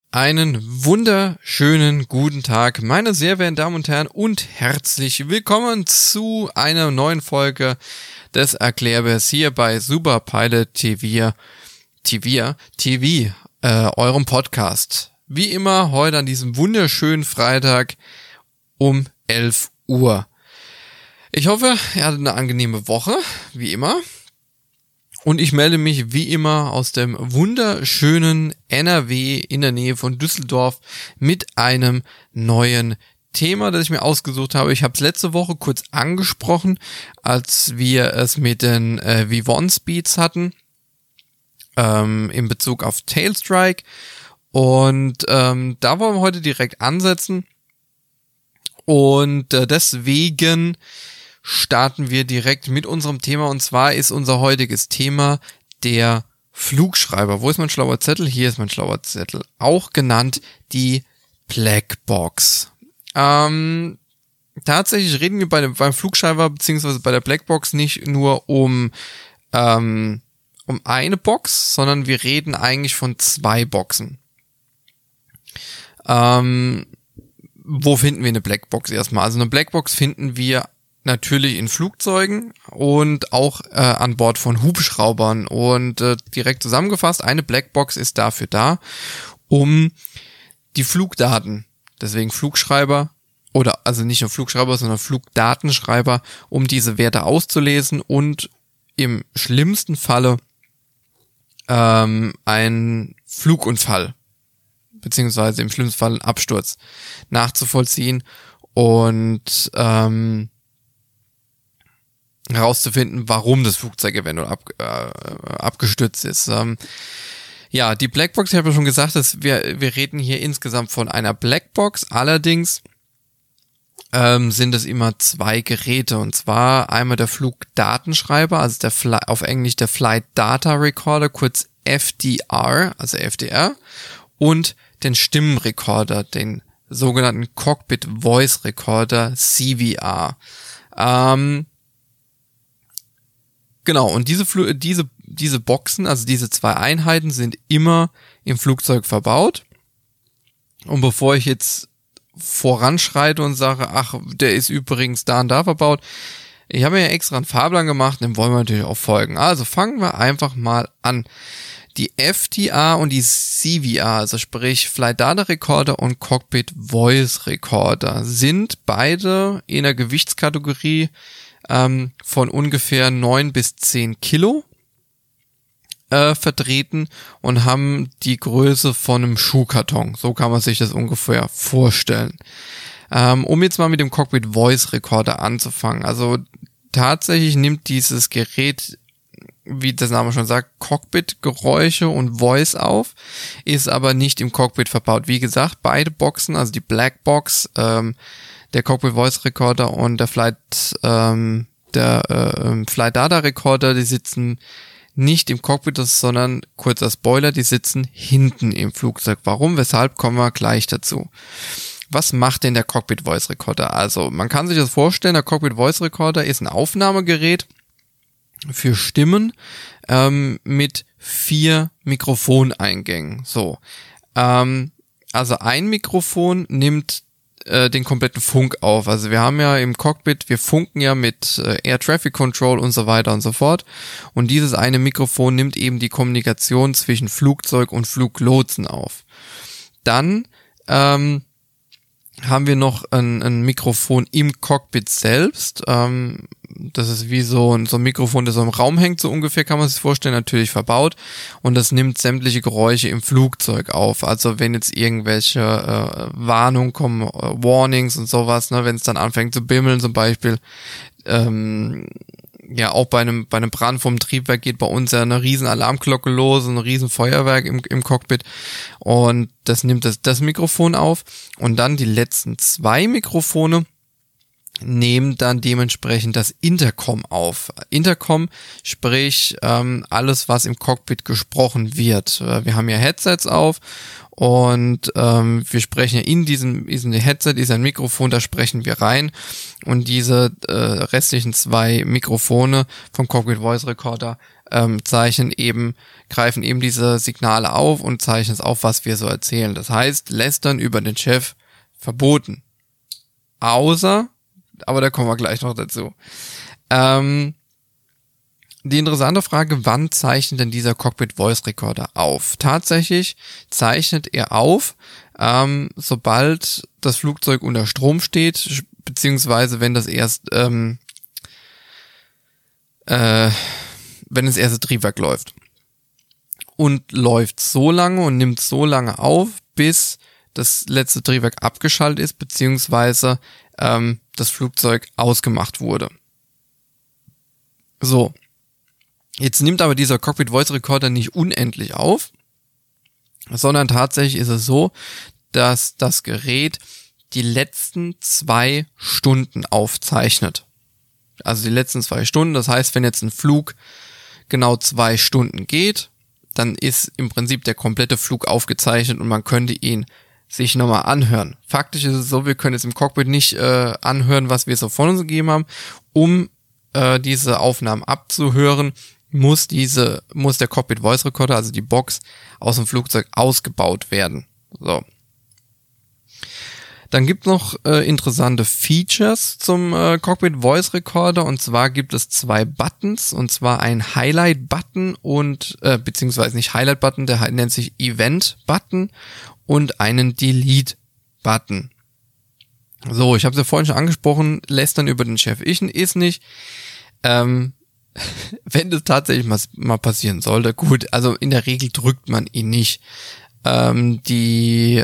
Einen wunderschönen guten Tag, meine sehr verehrten Damen und Herren, und herzlich willkommen zu einer neuen Folge des Erklärbärs hier bei Superpilot TV, eurem Podcast. Wie immer heute an diesem wunderschönen Freitag um 11 Uhr. Ich hoffe, ihr hattet eine angenehme Woche, wie immer. Und ich melde mich wie immer aus dem wunderschönen NRW in der Nähe von Düsseldorf mit einem neuen Thema, das ich mir ausgesucht habe. Ich habe es letzte Woche kurz angesprochen, als wir es mit den V1 Speeds hatten, in Bezug auf Tailstrike. Und da wollen wir heute direkt ansetzen. Und deswegen starten wir direkt mit unserem Thema, und zwar ist unser heutiges Thema der Flugschreiber. Wo ist mein schlauer Zettel? Hier ist mein schlauer Zettel. Auch genannt die Blackbox. Tatsächlich reden wir beim Flugschreiber bzw. bei der Blackbox nicht nur um eine Box, sondern wir reden eigentlich von zwei Boxen. Wo finden wir eine Blackbox erstmal? Also eine Blackbox finden wir natürlich in Flugzeugen und auch an Bord von Hubschraubern. Und direkt zusammengefasst, eine Blackbox ist dafür da, um die Flugdaten, deswegen Flugschreiber, oder also nicht nur Flugschreiber, sondern Flugdatenschreiber, um diese Werte auszulesen und im schlimmsten Falle einen Flugunfall beziehungsweise im schlimmsten Fall einen Absturz nachzuvollziehen und herauszufinden, warum das Flugzeug eventuell abgestürzt ist. Ja, die Blackbox, ich habe ja schon gesagt, dass wir reden hier insgesamt von einer Blackbox, allerdings sind es immer zwei Geräte, und zwar einmal der Flugdatenschreiber, also auf Englisch der Flight Data Recorder, kurz FDR, also FDR, und den Stimmenrekorder, den sogenannten Cockpit Voice Recorder, CVR. Genau, und diese Boxen, also diese zwei Einheiten, sind immer im Flugzeug verbaut. Und bevor ich jetzt voranschreite und sage, ach, der ist übrigens da und da verbaut, ich habe mir ja extra einen Fahrplan gemacht, dem wollen wir natürlich auch folgen. Also fangen wir einfach mal an. Die FDR und die CVR, also sprich Flight Data Recorder und Cockpit Voice Recorder, sind beide in der Gewichtskategorie von ungefähr 9 bis 10 Kilo vertreten und haben die Größe von einem Schuhkarton. So kann man sich das ungefähr vorstellen. Um jetzt mal mit dem Cockpit Voice Recorder anzufangen. Also tatsächlich nimmt dieses Gerät, wie das Name schon sagt, Cockpit-Geräusche und Voice auf, ist aber nicht im Cockpit verbaut. Wie gesagt, beide Boxen, also die Blackbox, der Cockpit Voice Recorder und der Flight Data Recorder, die sitzen nicht im Cockpit, sondern, kurzer Spoiler, die sitzen hinten im Flugzeug. Warum? Weshalb? Kommen wir gleich dazu. Was macht denn der Cockpit Voice Recorder? Also, man kann sich das vorstellen, der Cockpit Voice Recorder ist ein Aufnahmegerät für Stimmen mit 4 Mikrofoneingängen. So, also ein Mikrofon nimmt den kompletten Funk auf. Also wir haben ja im Cockpit, wir funken ja mit Air Traffic Control und so weiter und so fort. Und dieses eine Mikrofon nimmt eben die Kommunikation zwischen Flugzeug und Fluglotsen auf. Dann haben wir noch ein Mikrofon im Cockpit selbst. Das ist wie so ein Mikrofon, das so im Raum hängt, so ungefähr kann man sich vorstellen, natürlich verbaut. Und das nimmt sämtliche Geräusche im Flugzeug auf. Also wenn jetzt irgendwelche Warnungen kommen, Warnings und sowas, ne, wenn es dann anfängt zu bimmeln zum Beispiel, ja, auch bei einem Brand vom Triebwerk geht bei uns ja eine riesen Alarmglocke los, ein riesen Feuerwerk im Cockpit, und das nimmt das Mikrofon auf, und dann die letzten 2 Mikrofone nehmen dann dementsprechend das Intercom auf. Intercom, sprich alles, was im Cockpit gesprochen wird. Wir haben ja Headsets auf und wir sprechen ja in diesem Headset, ist ein Mikrofon, da sprechen wir rein, und diese restlichen 2 Mikrofone vom Cockpit Voice Recorder greifen eben diese Signale auf und zeichnen es auf, was wir so erzählen. Das heißt, Lästern über den Chef verboten. Außer, aber da kommen wir gleich noch dazu. Die interessante Frage, wann zeichnet denn dieser Cockpit Voice Recorder auf? Tatsächlich zeichnet er auf, sobald das Flugzeug unter Strom steht, beziehungsweise wenn das wenn das erste Triebwerk läuft. Und läuft so lange und nimmt so lange auf, bis das letzte Triebwerk abgeschaltet ist, beziehungsweise das Flugzeug ausgemacht wurde. So. Jetzt nimmt aber dieser Cockpit Voice Recorder nicht unendlich auf, sondern tatsächlich ist es so, dass das Gerät die letzten 2 Stunden aufzeichnet. Also die letzten 2 Stunden, das heißt, wenn jetzt ein Flug genau 2 Stunden geht, dann ist im Prinzip der komplette Flug aufgezeichnet und man könnte ihn sich nochmal anhören. Faktisch ist es so, wir können jetzt im Cockpit nicht anhören, was wir so von uns gegeben haben. Um diese Aufnahmen abzuhören, muss der Cockpit Voice Recorder, also die Box, aus dem Flugzeug ausgebaut werden. So. Dann gibt es noch interessante Features zum Cockpit Voice Recorder, und zwar gibt es 2 Buttons, und zwar ein Highlight-Button und, beziehungsweise nicht Highlight-Button, der nennt sich Event-Button, und einen Delete-Button. So, ich habe es ja vorhin schon angesprochen, Lästern über den Chef ist nicht. Wenn das tatsächlich mal passieren sollte, gut, also in der Regel drückt man ihn nicht. Die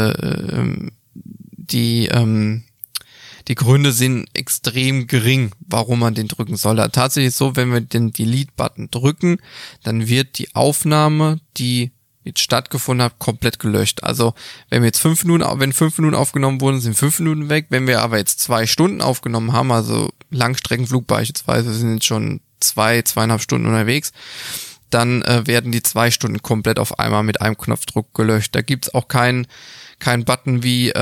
Gründe sind extrem gering, warum man den drücken soll. Tatsächlich ist so, wenn wir den Delete-Button drücken, dann wird die Aufnahme, die jetzt stattgefunden hat, komplett gelöscht. Also wenn 5 Minuten aufgenommen wurden, sind 5 Minuten weg. Wenn wir aber jetzt 2 Stunden aufgenommen haben, also Langstreckenflug beispielsweise, wir sind jetzt schon 2,5 Stunden unterwegs, dann werden die 2 Stunden komplett auf einmal mit einem Knopfdruck gelöscht. Da gibt's auch keinen Button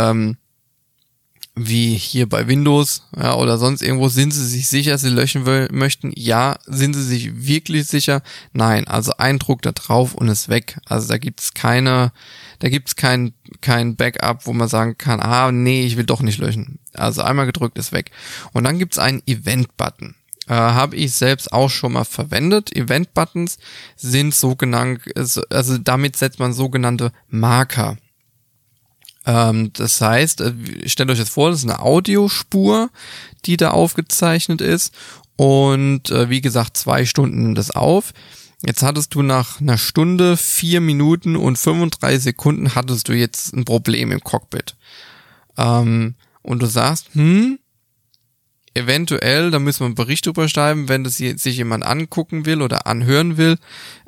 wie hier bei Windows, ja, oder sonst irgendwo. Sind Sie sich sicher, Sie löschen möchten? Ja. Sind Sie sich wirklich sicher? Nein. Also ein Druck da drauf und ist weg. Also da gibt's kein Backup, wo man sagen kann, nee, ich will doch nicht löschen. Also einmal gedrückt ist weg. Und dann gibt's einen Event-Button. Habe ich selbst auch schon mal verwendet. Event-Buttons sind also damit setzt man sogenannte Marker. Das heißt, stellt euch jetzt vor, das ist eine Audiospur, die da aufgezeichnet ist, und wie gesagt, 2 Stunden nimmt das auf. Jetzt hattest du nach einer Stunde, 4 Minuten und 35 Sekunden hattest du jetzt ein Problem im Cockpit. Und du sagst, eventuell, da müssen wir einen Bericht drüber schreiben, wenn das sich jemand angucken will oder anhören will,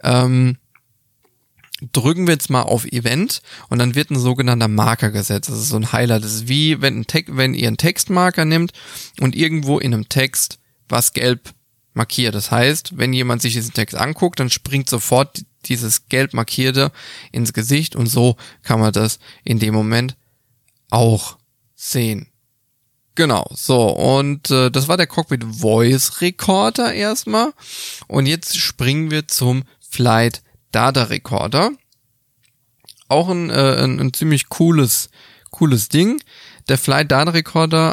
drücken wir jetzt mal auf Event und dann wird ein sogenannter Marker gesetzt. Das ist so ein Highlight. Das ist wie wenn ihr einen Textmarker nimmt und irgendwo in einem Text was gelb markiert. Das heißt, wenn jemand sich diesen Text anguckt, dann springt sofort dieses gelb markierte ins Gesicht, und so kann man das in dem Moment auch sehen. Genau, so, und das war der Cockpit Voice Recorder erstmal, und jetzt springen wir zum Flight Data Recorder. Auch ein ziemlich cooles Ding. Der Flight Data Recorder,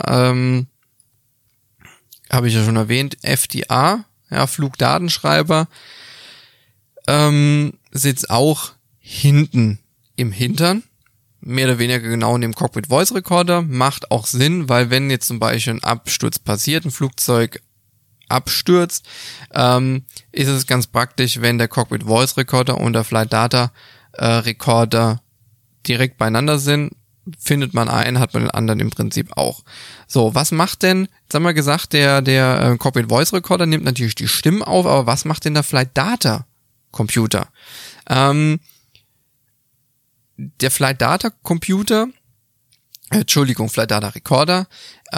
habe ich ja schon erwähnt, FDA, ja, Flugdatenschreiber, sitzt auch hinten im Hintern, mehr oder weniger genau in dem Cockpit Voice Recorder. Macht auch Sinn, weil wenn jetzt zum Beispiel ein Absturz passiert, ein Flugzeug abstürzt, ist es ganz praktisch, wenn der Cockpit Voice Recorder und der Flight Data Recorder direkt beieinander sind. Findet man einen, hat man den anderen im Prinzip auch. So, was macht denn, jetzt haben wir gesagt, der Cockpit Voice Recorder nimmt natürlich die Stimmen auf, aber was macht denn der Flight Data Computer? Der Flight Data Computer, Flight Data Recorder,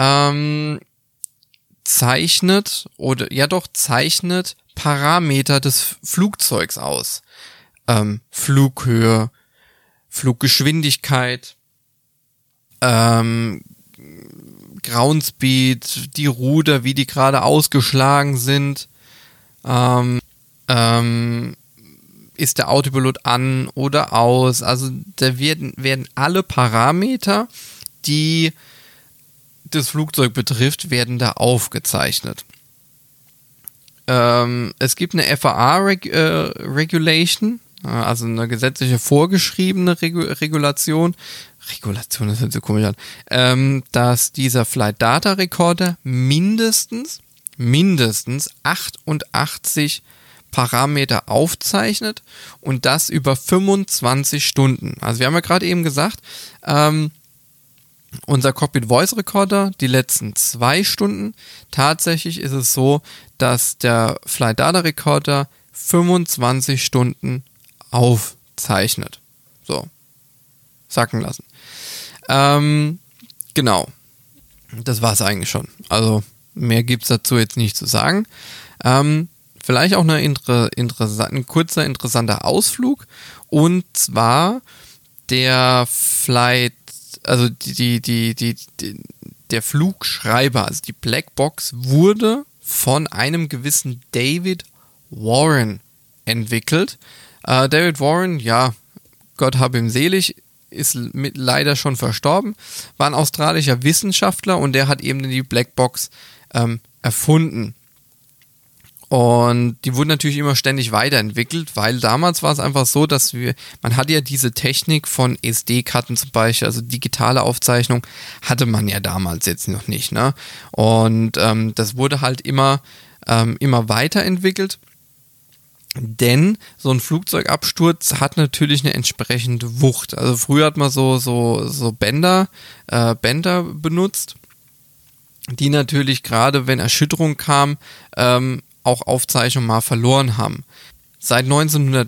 zeichnet Parameter des Flugzeugs aus. Flughöhe, Fluggeschwindigkeit, Ground Speed, die Ruder, wie die gerade ausgeschlagen sind, Ist der Autopilot an oder aus? Also da werden alle Parameter, die das Flugzeug betrifft, werden da aufgezeichnet. Es gibt eine FAA-Regulation, also eine gesetzliche vorgeschriebene Regulation, das hört sich so komisch an, dass dieser Flight Data Recorder mindestens 88 Parameter aufzeichnet und das über 25 Stunden. Also wir haben ja gerade eben gesagt, unser Cockpit Voice Recorder die letzten 2 Stunden. Tatsächlich ist es so, dass der Flight Data Recorder 25 Stunden aufzeichnet. So. Sacken lassen. Genau. Das war es eigentlich schon. Also mehr gibt es dazu jetzt nicht zu sagen. Vielleicht auch ein kurzer, interessanter Ausflug. Und zwar der Flight, also der Flugschreiber, also die Blackbox, wurde von einem gewissen David Warren entwickelt. David Warren, ja, Gott hab ihm selig, ist leider schon verstorben, war ein australischer Wissenschaftler und der hat eben die Blackbox erfunden. Und die wurden natürlich immer ständig weiterentwickelt, weil damals war es einfach so, dass man hatte ja diese Technik von SD-Karten zum Beispiel, also digitale Aufzeichnung, hatte man ja damals jetzt noch nicht, ne? Und das wurde halt immer weiterentwickelt, denn so ein Flugzeugabsturz hat natürlich eine entsprechende Wucht. Also früher hat man so Bänder benutzt, die natürlich gerade, wenn Erschütterung kam, auch Aufzeichnungen mal verloren haben. Seit den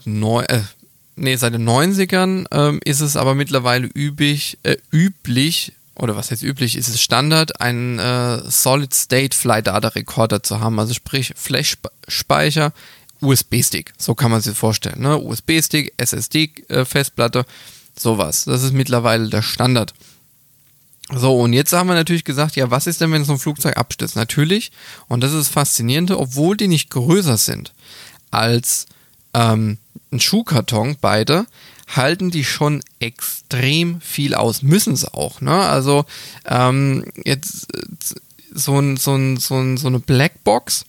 90ern ist es aber mittlerweile üblich, oder was heißt üblich, ist es Standard, einen Solid-State Flight Data Recorder zu haben, also sprich Flash-Speicher, USB-Stick, so kann man sich vorstellen, ne? USB-Stick, SSD-Festplatte, sowas. Das ist mittlerweile der Standard. So, und jetzt haben wir natürlich gesagt, ja, was ist denn, wenn so ein Flugzeug abstürzt? Natürlich, und das ist das Faszinierende, obwohl die nicht größer sind als ein Schuhkarton, beide, halten die schon extrem viel aus. Müssen sie auch, ne? Also, jetzt so eine Blackbox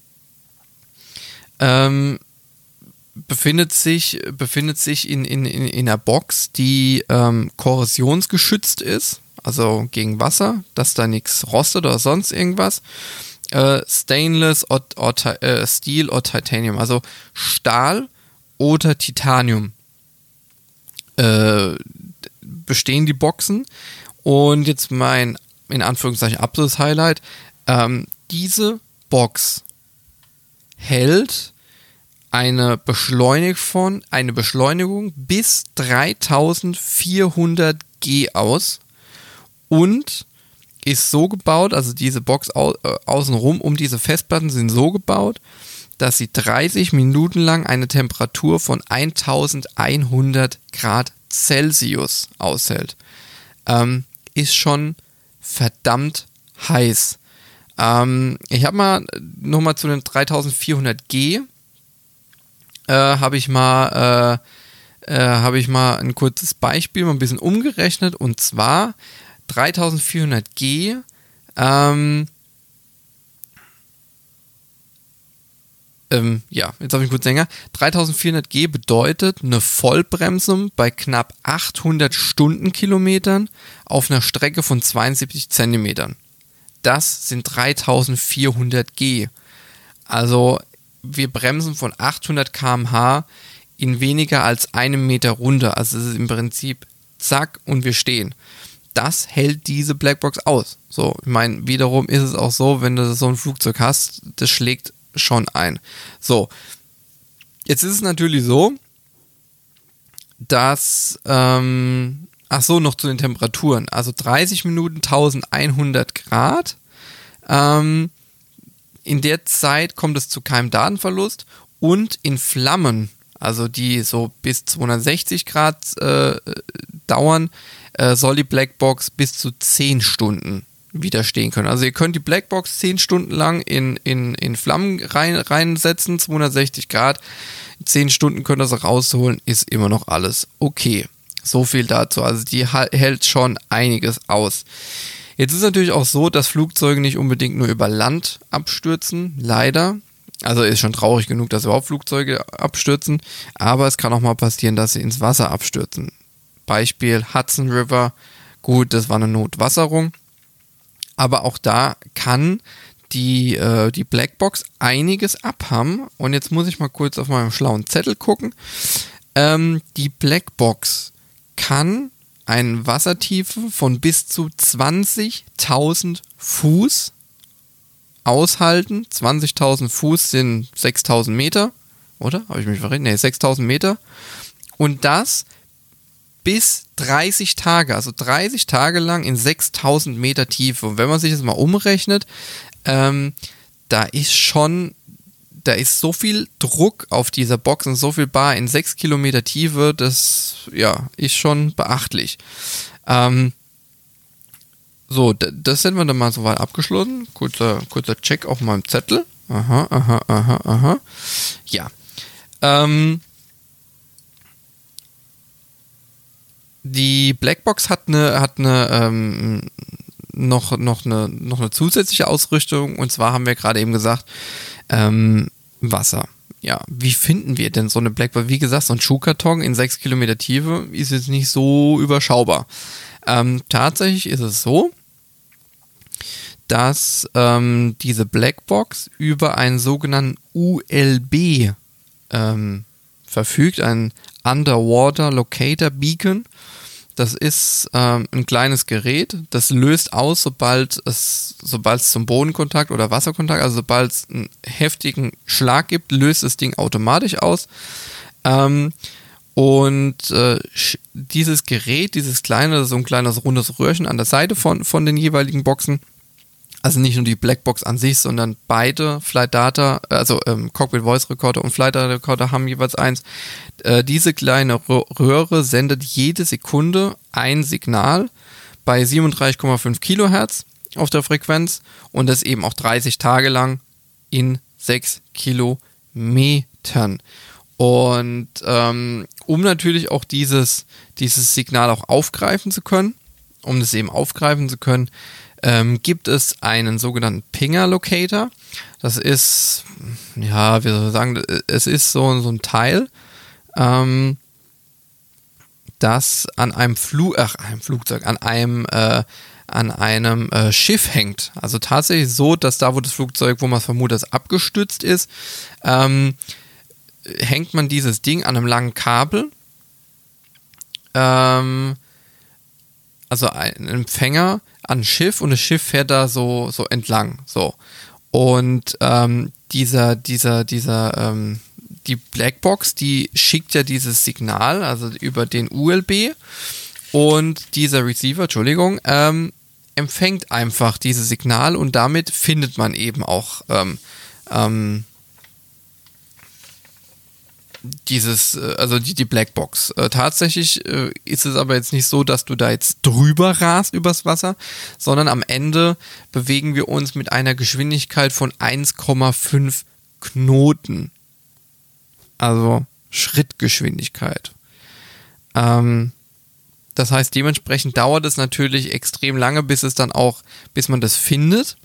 befindet sich in einer Box, die korrosionsgeschützt ist, also gegen Wasser, dass da nichts rostet oder sonst irgendwas. Stainless, Steel oder Titanium, also Stahl oder Titanium bestehen die Boxen. Und jetzt mein, in Anführungszeichen, Abschluss-Highlight, diese Box hält eine Beschleunigung bis 3400 G aus und ist so gebaut, also diese Box außenrum um diese Festplatten sind so gebaut, dass sie 30 Minuten lang eine Temperatur von 1100 Grad Celsius aushält. Ist schon verdammt heiß. Ich habe mal nochmal zu den 3400 G habe ich mal ein kurzes Beispiel, mal ein bisschen umgerechnet, und zwar 3400 G jetzt habe ich kurz länger. 3400 G bedeutet eine Vollbremsung bei knapp 800 Stundenkilometern auf einer Strecke von 72 Zentimetern. Das sind 3400 G. Also wir bremsen von 800 km/h in weniger als einem Meter runter. Also es ist im Prinzip zack und wir stehen. Das hält diese Blackbox aus. So, ich meine, wiederum ist es auch so, wenn du so ein Flugzeug hast, das schlägt schon ein. So, jetzt ist es natürlich so, dass, noch zu den Temperaturen. Also 30 Minuten 1100 Grad. In der Zeit kommt es zu keinem Datenverlust und in Flammen, also die so bis 260 Grad dauern, soll die Blackbox bis zu 10 Stunden widerstehen können. Also ihr könnt die Blackbox 10 Stunden lang in Flammen reinsetzen, 260 Grad, 10 Stunden könnt ihr sie rausholen, ist immer noch alles okay. So viel dazu, also die hält schon einiges aus. Jetzt ist es natürlich auch so, dass Flugzeuge nicht unbedingt nur über Land abstürzen, leider. Also ist schon traurig genug, dass überhaupt Flugzeuge abstürzen, aber es kann auch mal passieren, dass sie ins Wasser abstürzen. Beispiel Hudson River, gut, das war eine Notwasserung, aber auch da kann die Blackbox einiges abhaben. Und jetzt muss ich mal kurz auf meinem schlauen Zettel gucken. Die Blackbox kann eine Wassertiefe von bis zu 20.000 Fuß aushalten. 20.000 Fuß sind 6.000 Meter, oder? Habe ich mich verrechnet? Ne, 6.000 Meter. Und das bis 30 Tage, also 30 Tage lang in 6.000 Meter Tiefe. Und wenn man sich das mal umrechnet, da ist so viel Druck auf dieser Box und so viel Bar in 6 Kilometer Tiefe, das ja, ist schon beachtlich. So, das hätten wir dann mal soweit abgeschlossen. Kurzer Check auf meinem Zettel. Aha. Ja. Die Blackbox hat noch eine zusätzliche Ausrüstung, und zwar haben wir gerade eben gesagt, Wasser. Ja, wie finden wir denn so eine Blackbox? Wie gesagt, so ein Schuhkarton in 6 Kilometer Tiefe ist jetzt nicht so überschaubar. Tatsächlich ist es so, dass diese Blackbox über einen sogenannten ULB verfügt, ein Underwater Locator Beacon. Das ist ein kleines Gerät, das löst aus, sobald es zum Bodenkontakt oder Wasserkontakt, also sobald es einen heftigen Schlag gibt, löst das Ding automatisch aus. Dieses Gerät, so ein kleines rundes Röhrchen an der Seite von den jeweiligen Boxen, also nicht nur die Blackbox an sich, sondern beide Flight Data, also Cockpit Voice Recorder und Flight Data Recorder haben jeweils eins. Diese kleine Röhre sendet jede Sekunde ein Signal bei 37,5 Kilohertz auf der Frequenz und das eben auch 30 Tage lang in 6 Kilometern. Und um natürlich auch dieses Signal auch aufgreifen zu können, gibt es einen sogenannten Pinger Locator. Das ist, ja, wie soll ich sagen, es ist so ein Teil, das an einem Schiff hängt. Also tatsächlich so, dass da, wo das Flugzeug, wo man es vermutet, abgestürzt ist, hängt man dieses Ding an einem langen Kabel, also ein Empfänger an ein Schiff, und das Schiff fährt da so entlang. So. Und die Blackbox, die schickt ja dieses Signal, also über den ULB, und dieser Receiver, empfängt einfach dieses Signal, und damit findet man eben auch die Blackbox. Tatsächlich ist es aber jetzt nicht so, dass du da jetzt drüber rast übers Wasser, sondern am Ende bewegen wir uns mit einer Geschwindigkeit von 1,5 Knoten. Also Schrittgeschwindigkeit. Das heißt, dementsprechend dauert es natürlich extrem lange, bis man das findet.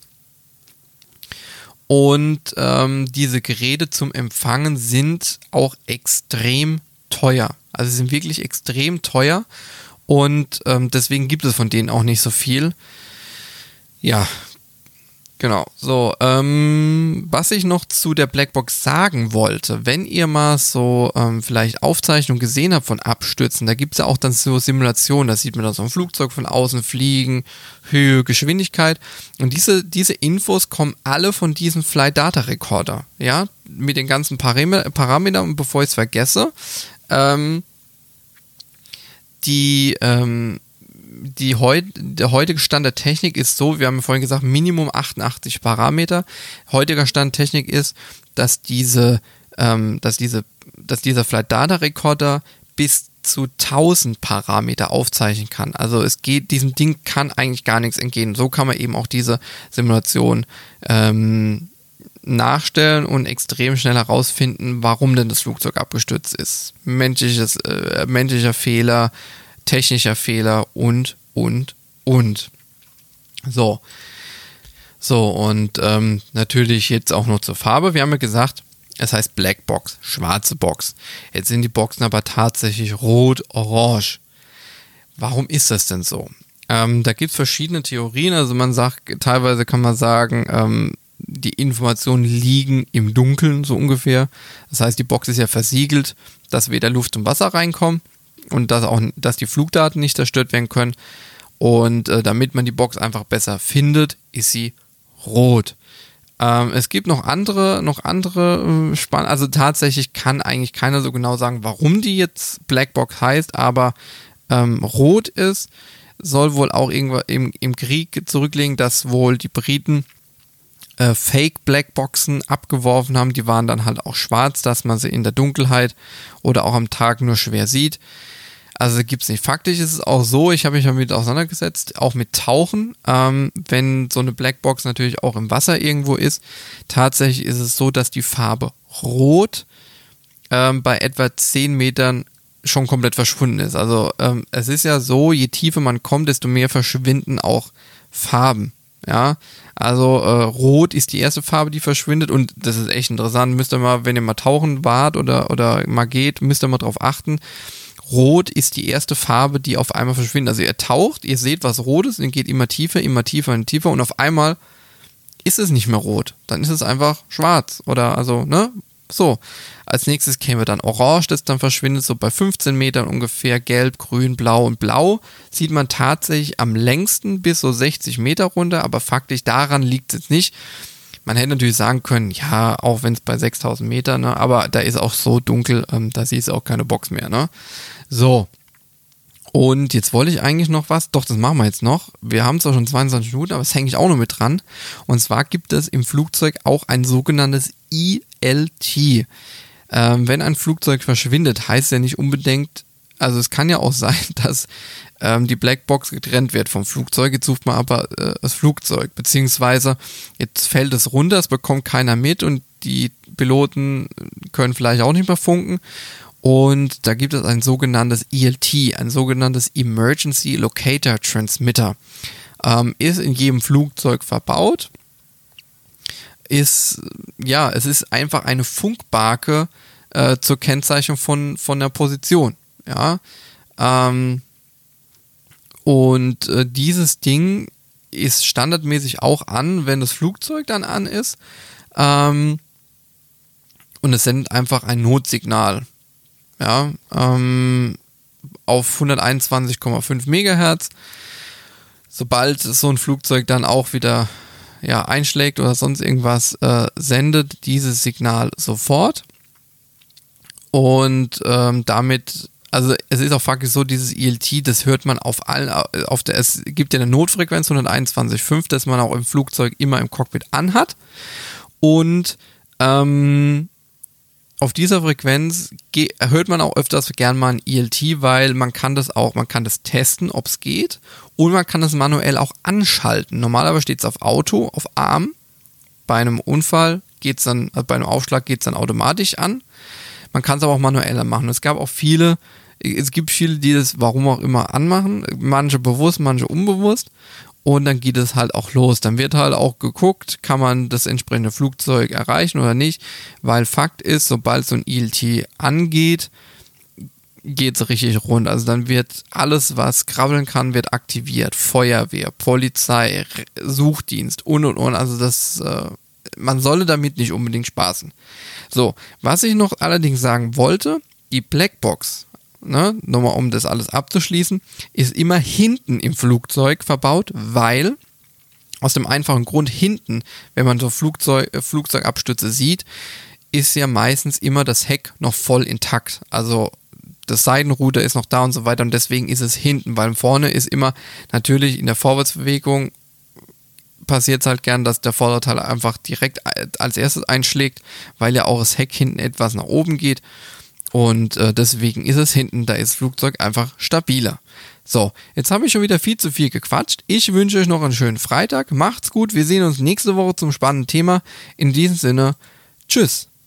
Und diese Geräte zum Empfangen sind auch extrem teuer. Also sie sind wirklich extrem teuer, und deswegen gibt es von denen auch nicht so viel. Ja, genau. So, was ich noch zu der Blackbox sagen wollte, wenn ihr mal so vielleicht Aufzeichnungen gesehen habt von Abstürzen, da gibt es ja auch dann so Simulationen, da sieht man dann so ein Flugzeug von außen fliegen, Höhe, Geschwindigkeit, und diese Infos kommen alle von diesem Flight Data Recorder, ja, mit den ganzen Parametern, und bevor ich es vergesse, der heutige Stand der Technik ist so, wir haben vorhin gesagt, Minimum 88 Parameter. Heutiger Stand der Technik ist, dass dieser Flight Data Recorder bis zu 1000 Parameter aufzeichnen kann. Also diesem Ding kann eigentlich gar nichts entgehen. So kann man eben auch diese Simulation nachstellen und extrem schnell herausfinden, warum denn das Flugzeug abgestürzt ist. Menschlicher Fehler, technischer Fehler und. So, und natürlich jetzt auch noch zur Farbe. Wir haben ja gesagt, es heißt Black Box, schwarze Box. Jetzt sind die Boxen aber tatsächlich rot-orange. Warum ist das denn so? Da gibt es verschiedene Theorien. Also teilweise kann man sagen, die Informationen liegen im Dunkeln, so ungefähr. Das heißt, die Box ist ja versiegelt, dass weder Luft und Wasser reinkommen und dass die Flugdaten nicht zerstört werden können. Und damit man die Box einfach besser findet, ist sie rot. Es gibt noch andere spannende, also tatsächlich kann eigentlich keiner so genau sagen, warum die jetzt Blackbox heißt, aber rot ist, soll wohl auch irgendwo im Krieg zurücklegen, dass wohl die Briten Fake-Blackboxen abgeworfen haben, die waren dann halt auch schwarz, dass man sie in der Dunkelheit oder auch am Tag nur schwer sieht. Also gibt es nicht. Faktisch ist es auch so, ich habe mich damit auseinandergesetzt, auch mit Tauchen, wenn so eine Blackbox natürlich auch im Wasser irgendwo ist. Tatsächlich ist es so, dass die Farbe Rot bei etwa 10 Metern schon komplett verschwunden ist. Also es ist ja so, je tiefer man kommt, desto mehr verschwinden auch Farben. Ja, also Rot ist die erste Farbe, die verschwindet und das ist echt interessant. Müsst ihr mal, wenn ihr mal tauchen wart oder mal geht, müsst ihr mal drauf achten. Rot ist die erste Farbe, die auf einmal verschwindet. Also ihr taucht, ihr seht, was rot ist, und ihr geht immer tiefer und auf einmal ist es nicht mehr rot. Dann ist es einfach schwarz oder also, ne? So. Als nächstes käme dann Orange, das dann verschwindet, so bei 15 Metern ungefähr, Gelb, Grün, Blau und Blau sieht man tatsächlich am längsten bis so 60 Meter runter, aber faktisch daran liegt es jetzt nicht. Man hätte natürlich sagen können, ja, auch wenn es bei 6000 Metern, ne, aber da ist auch so dunkel, da siehst du auch keine Box mehr, ne? So. Und jetzt wollte ich eigentlich noch was, doch, das machen wir jetzt noch. Wir haben zwar schon 22 Minuten, aber das hänge ich auch noch mit dran. Und zwar gibt es im Flugzeug auch ein sogenanntes ELT. Wenn ein Flugzeug verschwindet, heißt ja nicht unbedingt, also es kann ja auch sein, dass die Blackbox getrennt wird vom Flugzeug, jetzt sucht man aber das Flugzeug, beziehungsweise jetzt fällt es runter, es bekommt keiner mit und die Piloten können vielleicht auch nicht mehr funken. Und da gibt es ein sogenanntes ELT, ein sogenanntes Emergency Locator Transmitter. Ist in jedem Flugzeug verbaut. Es ist einfach eine Funkbarke zur Kennzeichnung von der Position. Ja. Dieses Ding ist standardmäßig auch an, wenn das Flugzeug dann an ist. Und es sendet einfach ein Notsignal. Ja, auf 121,5 Megahertz. Sobald so ein Flugzeug dann auch wieder einschlägt oder sonst irgendwas, sendet dieses Signal sofort. Und damit, also es ist auch faktisch so, dieses ELT, das hört man auf allen, es gibt ja eine Notfrequenz 121,5, dass man auch im Flugzeug immer im Cockpit anhat. Und auf dieser Frequenz hört man auch öfters gern mal ein ELT, weil man kann das testen, ob es geht, und man kann das manuell auch anschalten. Normalerweise steht es auf Auto, auf Arm. Bei einem Unfall bei einem Aufschlag geht es dann automatisch an. Man kann es aber auch manuell machen. Es gibt viele, die das warum auch immer anmachen, manche bewusst, manche unbewusst. Und dann geht es halt auch los. Dann wird halt auch geguckt, kann man das entsprechende Flugzeug erreichen oder nicht. Weil Fakt ist, sobald so ein ELT angeht, geht es richtig rund. Also dann wird alles, was krabbeln kann, wird aktiviert. Feuerwehr, Polizei, Suchdienst und. Also man solle damit nicht unbedingt spaßen. So, was ich noch allerdings sagen wollte, die Blackbox, nochmal um das alles abzuschließen, ist immer hinten im Flugzeug verbaut, weil aus dem einfachen Grund hinten, wenn man so Flugzeugabstürze sieht, ist ja meistens immer das Heck noch voll intakt. Also das Seitenruder ist noch da und so weiter und deswegen ist es hinten, weil vorne ist immer natürlich in der Vorwärtsbewegung passiert es halt gern, dass der Vorderteil einfach direkt als erstes einschlägt, weil ja auch das Heck hinten etwas nach oben geht. Und deswegen ist es hinten, da ist das Flugzeug einfach stabiler. So, jetzt habe ich schon wieder viel zu viel gequatscht. Ich wünsche euch noch einen schönen Freitag. Macht's gut. Wir sehen uns nächste Woche zum spannenden Thema. In diesem Sinne, tschüss.